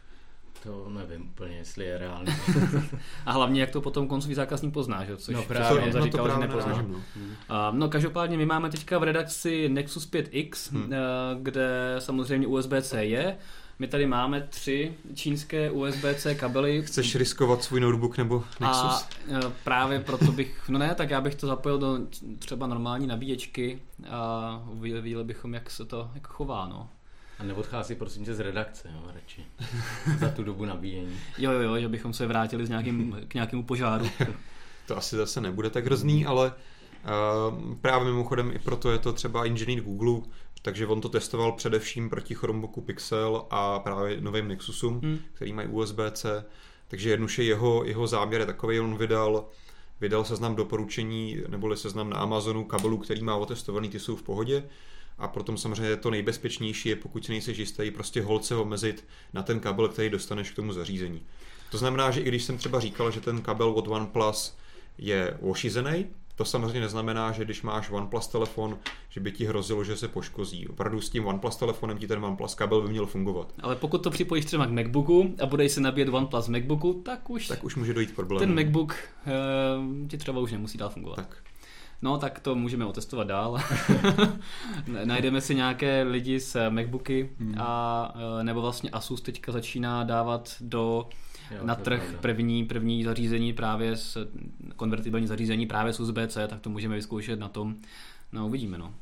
To nevím úplně, jestli je reálný. A hlavně, jak to potom koncový zákazník pozná, že? Což právě, on říkal, že nepozná. No každopádně my máme teďka v redakci Nexus 5X, kde samozřejmě USB-C je. My tady máme 3 čínské USB-C kabely. Chceš riskovat svůj notebook nebo Nexus? A právě proto bych, tak já bych to zapojil do třeba normální nabíječky a uviděli bychom, jak se to chová, no. A neodchází prosím tě z redakce, jo, radši. Za tu dobu nabíjení. Jo, že bychom se vrátili k nějakému požáru. To asi zase nebude tak hrozný, ale Právě mimochodem i proto je to třeba inženýr Google, takže on to testoval především proti Chromebooku Pixel a právě novým Nexusům, který mají USB-C. Takže jednoduše jeho záměr je takový, on vydal seznam doporučení, neboli seznam na Amazonu kabelů, který má otestovaný, ty jsou v pohodě. A potom samozřejmě to nejbezpečnější je, pokud si nejseš jistý, prostě holt se omezit na ten kabel, který dostaneš k tomu zařízení. To znamená, že i když jsem třeba říkal, že ten kabel od OnePlus je ošizený, to samozřejmě neznamená, že když máš OnePlus telefon, že by ti hrozilo, že se poškozí. Opravdu s tím OnePlus telefonem ti ten OnePlus kabel by měl fungovat. Ale pokud to připojíš třeba k MacBooku a budeš se nabíjet OnePlus MacBooku, tak už může dojít problém. Ten MacBook ti třeba už nemusí dál fungovat. Tak. No, tak to můžeme otestovat dál. Najdeme si nějaké lidi s MacBooky a nebo vlastně Asus teďka začíná dávat na trh první zařízení právě s konvertibilní zařízení právě s USB-C, tak to můžeme vyzkoušet na tom. No, uvidíme, no.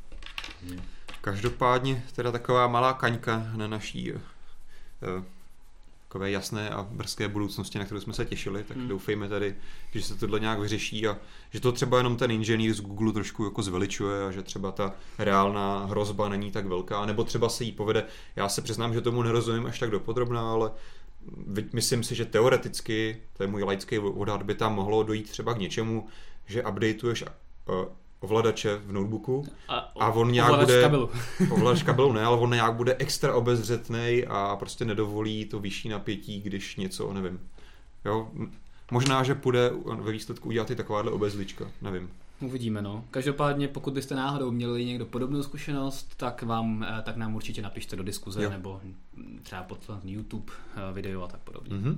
Každopádně teda taková malá kaňka na naší takové jasné a brzké budoucnosti, na kterou jsme se těšili, tak doufejme tady, že se tohle nějak vyřeší a že to třeba jenom ten inženýr z Google trošku jako zveličuje a že třeba ta reálná hrozba není tak velká, nebo třeba se jí povede. Já se přiznám, že tomu nerozumím až tak dopodrobná, ale myslím si, že teoreticky, to je můj laický odhad, by tam mohlo dojít třeba k něčemu, že updateuješ ovladače v notebooku a on nějak bude... Ovladač kabelu ne, ale on nějak bude extra obezřetnej a prostě nedovolí to vyšší napětí, když něco, nevím. Jo? Možná, že půjde ve výsledku udělat i takováhle obezlička, nevím. Uvidíme, no. Každopádně, pokud byste náhodou měli někdo podobnou zkušenost, tak nám určitě napište do diskuze, nebo třeba pod YouTube video a tak podobně. Mm-hmm.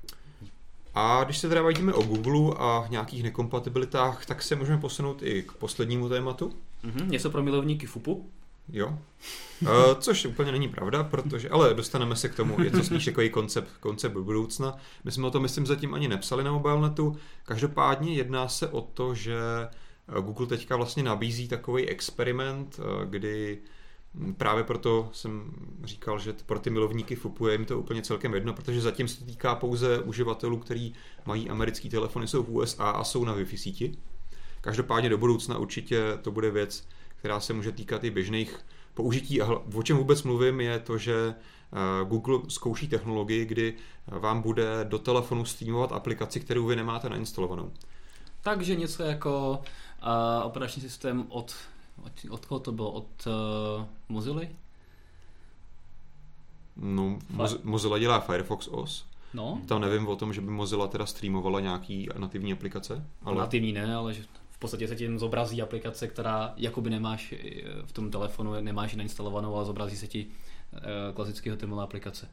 A když se teda bavíme o Google a nějakých nekompatibilitách, tak se můžeme posunout i k poslednímu tématu. Něco pro milovníky FUPu? Jo. Což úplně není pravda, ale dostaneme se k tomu. Je to spíš takový koncept budoucna. My jsme o tom, myslím, zatím ani nepsali na MobileNetu. Každopádně jedná se o to, že Google teďka vlastně nabízí takový experiment, kdy právě proto jsem říkal, že pro ty milovníky FUPu je jim to úplně celkem jedno, protože zatím se to týká pouze uživatelů, kteří mají americký telefony, jsou v USA a jsou na Wi-Fi síti. Každopádně do budoucna určitě to bude věc, která se může týkat i běžných použití. A o čem vůbec mluvím je to, že Google zkouší technologii, kdy vám bude do telefonu streamovat aplikaci, kterou vy nemáte nainstalovanou. Takže něco jako operační systém od koho to bylo? Od Mozilla? No, Mozilla dělá Firefox OS. No. Tam nevím o tom, že by Mozilla teda streamovala nějaký nativní aplikace. Ale... Nativní ne, ale že v podstatě se ti zobrazí aplikace, která jakoby nemáš v tom telefonu, nemáš nainstalovanou, ale zobrazí se ti klasický hotelová aplikace.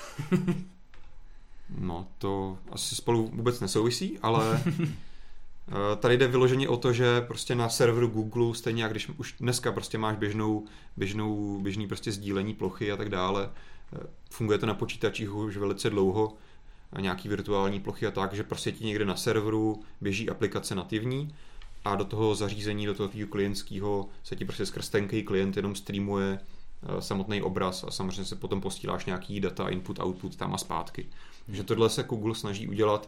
No, to asi spolu vůbec nesouvisí, ale tady jde vyloženě o to, že prostě na serveru Google, stejně jak když už dneska prostě máš běžný prostě sdílení plochy a tak dále, funguje to na počítačích už velice dlouho, nějaký virtuální plochy a tak, že prostě ti někde na serveru běží aplikace nativní a do toho zařízení, do toho klientského se ti prostě skrz tenký klient jenom streamuje samotný obraz a samozřejmě se potom posíláš nějaký data, input, output tam a zpátky. Takže tohle se Google snaží udělat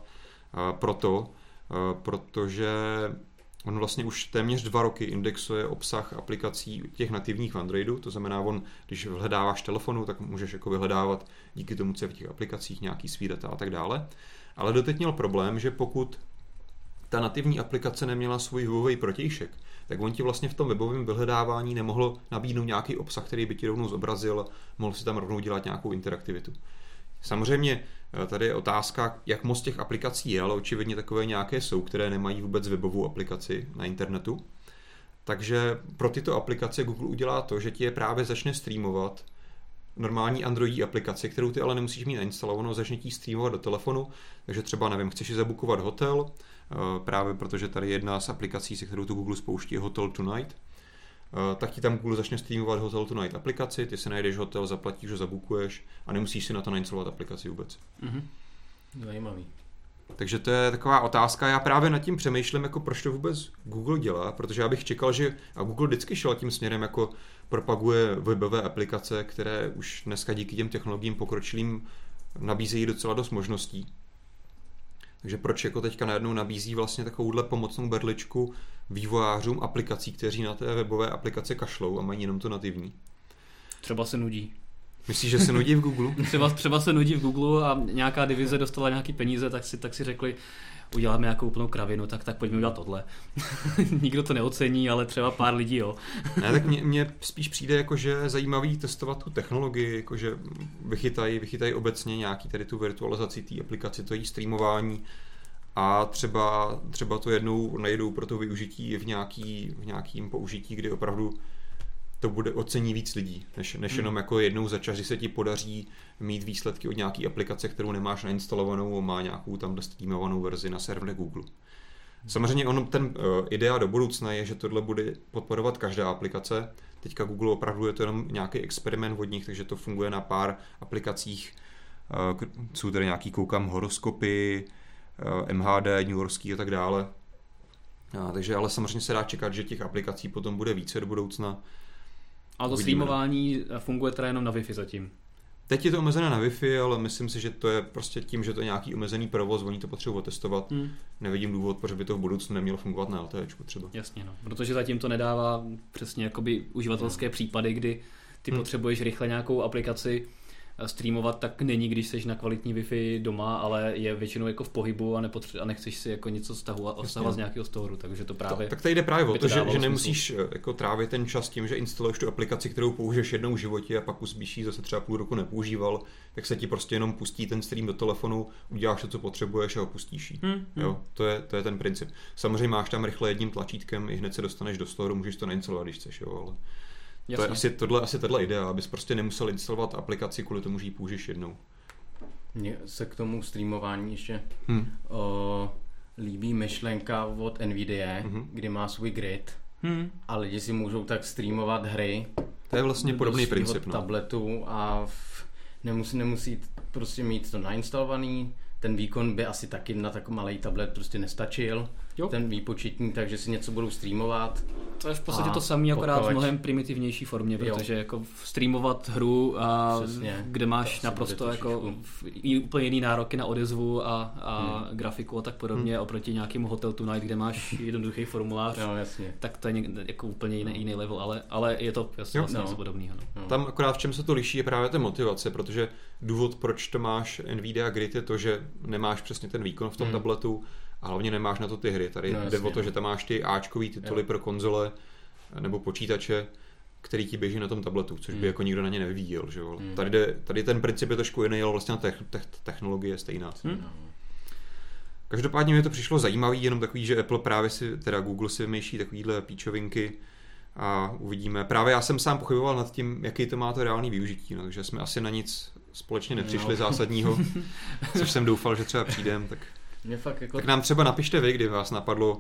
protože on vlastně už téměř 2 roky indexuje obsah aplikací těch nativních v Androidu, to znamená, když vyhledáváš telefonu, tak můžeš jako vyhledávat díky tomu, co je v těch aplikacích, nějaký svý data a tak dále. Ale doteď měl problém, že pokud ta nativní aplikace neměla svůj webový protějšek, tak on ti vlastně v tom webovém vyhledávání nemohl nabídnout nějaký obsah, který by ti rovnou zobrazil, mohl si tam rovnou dělat nějakou interaktivitu. Samozřejmě tady je otázka, jak moc těch aplikací je, ale očividně takové nějaké jsou, které nemají vůbec webovou aplikaci na internetu. Takže pro tyto aplikace Google udělá to, že ti je právě začne streamovat normální Androidí aplikaci, kterou ty ale nemusíš mít nainstalovanou, začne ti streamovat do telefonu, takže třeba, nevím, chceš si zabukovat hotel, právě protože tady jedna z aplikací, se kterou tu Google spouští, je Hotel Tonight, tak ti tam Google začne streamovat Hotel Tonight aplikaci, ty si najdeš hotel, zaplatíš ho, zabukuješ a nemusíš si na to nainstalovat aplikaci vůbec. Zajímavý. Takže to je taková otázka, já právě nad tím přemýšlím, jako proč to vůbec Google dělá, protože já bych čekal, že a Google vždycky šel tím směrem, jako propaguje webové aplikace, které už dneska díky těm technologiím pokročilým nabízejí docela dost možností. Takže proč jako teďka najednou nabízí vlastně takovouhle pomocnou berličku vývojářům aplikací, kteří na té webové aplikace kašlou a mají jenom to nativní? Třeba se nudí. Myslíš, že se nudí v Google? Třeba se nudí v Google a nějaká divize dostala nějaký peníze, tak si řekli, uděláme nějakou úplnou kravinu, tak pojďme udělat tohle. Nikdo to neocení, ale třeba pár lidí, jo. Ne, tak mně spíš přijde, jako, že je zajímavý testovat tu technologii, jakože vychytají obecně nějaký tady tu virtualizaci té aplikace, to její streamování a třeba to jednou najdou pro to využití v nějakým použití, kdy opravdu to bude ocení víc lidí, než jenom jako jednou za čas, že se ti podaří mít výsledky od nějaké aplikace, kterou nemáš nainstalovanou a má nějakou tam streamovanou verzi na serveru Google. Samozřejmě ten idea do budoucna je, že tohle bude podporovat každá aplikace. Teďka Google opravdu je to jenom nějaký experiment od nich, takže to funguje na pár aplikacích. Jsou tady nějaký, koukám, horoskopy, MHD, New Yorkský a tak dále. Takže ale samozřejmě se dá čekat, že těch aplikací potom bude více do budoucna. A to streamování funguje teda jenom na Wi-Fi zatím. Teď je to omezené na Wi-Fi, ale myslím si, že to je prostě tím, že to je nějaký omezený provoz, oni to potřebují testovat. Nevidím důvod, proč by to v budoucnu nemělo fungovat na LTEčku třeba. Jasně, no. Protože zatím to nedává přesně jakoby uživatelské případy, kdy ty potřebuješ rychle nějakou aplikaci streamovat, tak není, když jsi na kvalitní Wi-Fi doma, ale je většinou jako v pohybu a nechceš si jako něco stahovat z nějakého storu, takže to právě... Tak tady jde právě o to, že nemusíš jako trávit ten čas tím, že instaluješ tu aplikaci, kterou použiješ jednou v životě a pak už ji zase třeba půl roku nepoužíval, tak se ti prostě jenom pustí ten stream do telefonu, uděláš to, co potřebuješ a opustíš ji. Jo, to je ten princip. Samozřejmě máš tam rychle jedním tlačítkem, i hned se dostaneš do storu, můžeš to nainstalovat, když chceš, jo, ale... Jasně. To je asi tato idea, abys prostě nemusel instalovat aplikaci kvůli tomu, že ji použiješ jednou. Mně se k tomu streamování ještě líbí myšlenka od NVIDIA, kdy má svůj grid a lidi si můžou tak streamovat hry. To je vlastně podobný princip. Tabletu a nemusí prostě mít to nainstalovaný. Ten výkon by asi taky na takový malý tablet prostě nestačil. Jo. Ten výpočetní, takže si něco budou streamovat. To je v podstatě to samé, akorát v mnohem primitivnější formě, protože jako streamovat hru, kde máš naprosto jako úplně jiný nároky na odezvu a grafiku a tak podobně oproti nějakému Hotel Tonight, kde máš jednoduchý formulář, tak to je jako úplně jiný level, ale je to vlastně něco podobného. No. Tam akorát v čem se to liší je právě ta motivace, protože důvod, proč to máš NVIDIA Grid, je to, že nemáš přesně ten výkon v tom tabletu, a hlavně nemáš na to ty hry. Tady jde o to, že tam máš ty áčkový tituly pro konzole nebo počítače, který ti běží na tom tabletu, což by jako nikdo na ně nevyvíjel. Že jo? Tady ten princip je trošku jiný, ale vlastně technologie je stejná. Každopádně mi to přišlo zajímavý, jenom takový, že Apple právě Google si vymýšlí takovýhle píčovinky a uvidíme. Právě já jsem sám pochyboval nad tím, jaký to má to reálný využití, no, takže jsme asi na nic společně nepřišli zásadního, což jsem doufal, že třeba přijdem, tak nám třeba napište vy, kdy vás napadlo,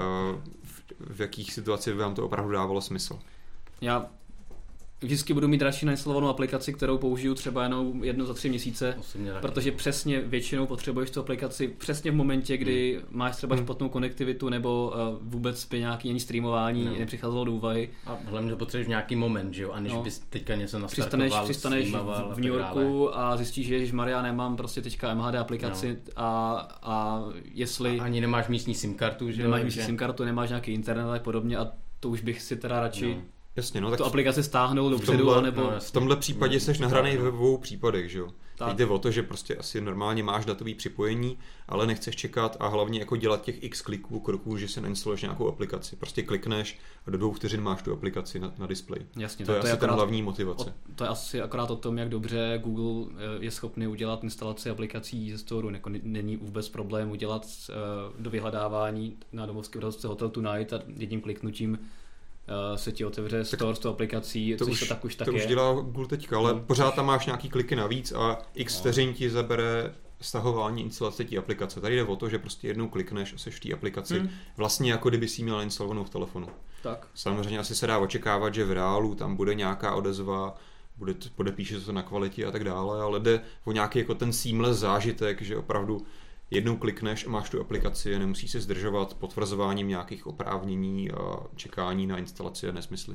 v jakých situacích by vám to opravdu dávalo smysl. Já vždycky budu mít radši nainstalovanou aplikaci, kterou použiju třeba jenom 1 za 3 měsíce, protože přesně většinou potřebuješ tu aplikaci přesně v momentě, kdy máš třeba špatnou konektivitu nebo vůbec by nějaký ani streamování nepřicházelo do úvahy. A hlavně potřebuješ nějaký moment, že jo, aniž bys teďka něco nastartoval, přistaneš v New Yorku a zjistíš, že ježišmarja, nemám prostě teďka MHD aplikaci a jestli... Ani nemáš místní SIM kartu, že jo? Nemáš místní SIM kartu, nemáš nějaký internet a podobně a to už bych si teda radši... Jasně, no, tak tu aplikaci stáhnout dopředu, anebo... v tomhle případě seš nahranej ve dvou případech, že jo? Jde o to, že prostě asi normálně máš datový připojení, ale nechceš čekat a hlavně jako dělat těch x kroků, že si nainstaluješ nějakou aplikaci. Prostě klikneš a do 2 vteřin máš tu aplikaci na displeji. Jasně, to je asi ten hlavní motivace. To je asi akorát o tom, jak dobře Google je schopný udělat instalaci aplikací ze storu. Není vůbec problém udělat do vyhledávání na domovské obrazovce Hotel Tonight a jedním kliknutím se ti otevře store s tou aplikací, to už dělá Google teďka, ale pořád tam máš nějaký kliky navíc a x vteřin ti zabere stahování instalace té aplikace. Tady jde o to, že prostě jednou klikneš a seš v té aplikaci vlastně jako kdyby si ji měl instalovanou v telefonu. Tak. Samozřejmě asi se dá očekávat, že v reálu tam bude nějaká odezva, podepíše se to na kvalitě a tak dále, ale jde o nějaký jako ten seamless zážitek, že opravdu jednou klikneš a máš tu aplikaci a nemusíš se zdržovat potvrzováním nějakých oprávnění a čekání na instalaci a nesmysly.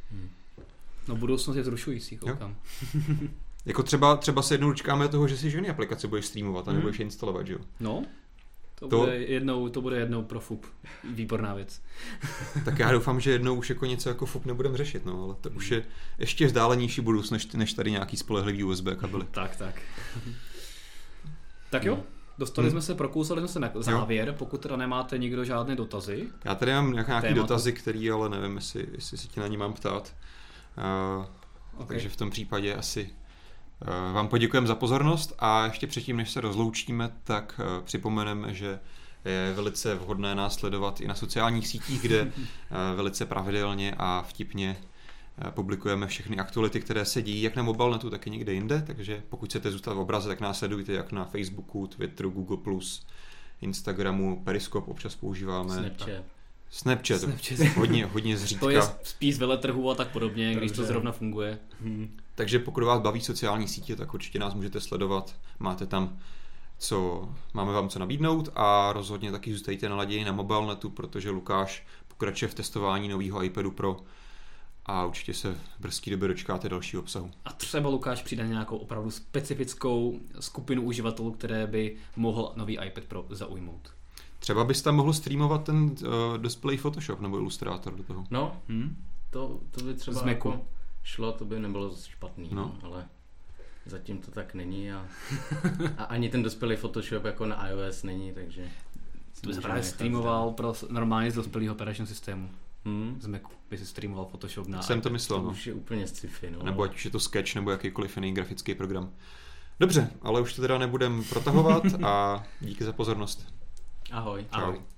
No budoucnost je vzrušující, koukám. Jako třeba se jednou dočkáme toho, že si ženy aplikace budeš streamovat a nebudeš je instalovat, že jo? No. To bude jednou pro FUP. Výborná věc. Tak já doufám, že jednou už jako něco jako FUP nebudeme řešit, no, ale to už je ještě vzdálenější budoucnost, než tady nějaký spolehlivý USB kabely. Tak. Tak jo, prokousali jsme se na závěr, pokud teda nemáte nikdo žádné dotazy. Já tady mám nějaký dotazy, který ale nevím, jestli si tě na ní mám ptát. Okay. Takže v tom případě asi vám poděkujeme za pozornost a ještě předtím, než se rozloučíme, tak připomeneme, že je velice vhodné nás sledovat i na sociálních sítích, kde velice pravidelně a vtipně publikujeme všechny aktuality, které se dějí jak na Mobilnetu, tak i někde jinde, takže pokud chcete zůstat v obraze, tak nás sledujte jak na Facebooku, Twitteru, Google+, Instagramu, Periskop občas používáme. Snapchat. Hodně zřídka. To je spíš z veletrhů a tak podobně, když to zrovna funguje. Takže pokud vás baví sociální sítě, tak určitě nás můžete sledovat. Máme vám co nabídnout a rozhodně taky zůstajte naladěni na Mobilnetu, protože Lukáš pokračuje v testování nového iPadu Pro a určitě se v brzké době dočkáte dalšího obsahu. A třeba Lukáš přijde na nějakou opravdu specifickou skupinu uživatelů, které by mohl nový iPad Pro zaujmout. Třeba bys tam mohl streamovat ten dospělý Photoshop nebo Illustrator do toho. No, to by třeba jako šlo, to by nebylo špatný, ale zatím to tak není a ani ten dospělý Photoshop jako na iOS není, takže... To by se právě streamoval pro normálně z dospělého operačního systému. Z Macu by si streamoval Photoshop na Jsem to myslel, to už je úplně sci-fi, no. Nebo ať už je to Sketch nebo jakýkoliv jiný grafický program. Dobře, ale už to teda nebudem protahovat a díky za pozornost. Ahoj. Čau.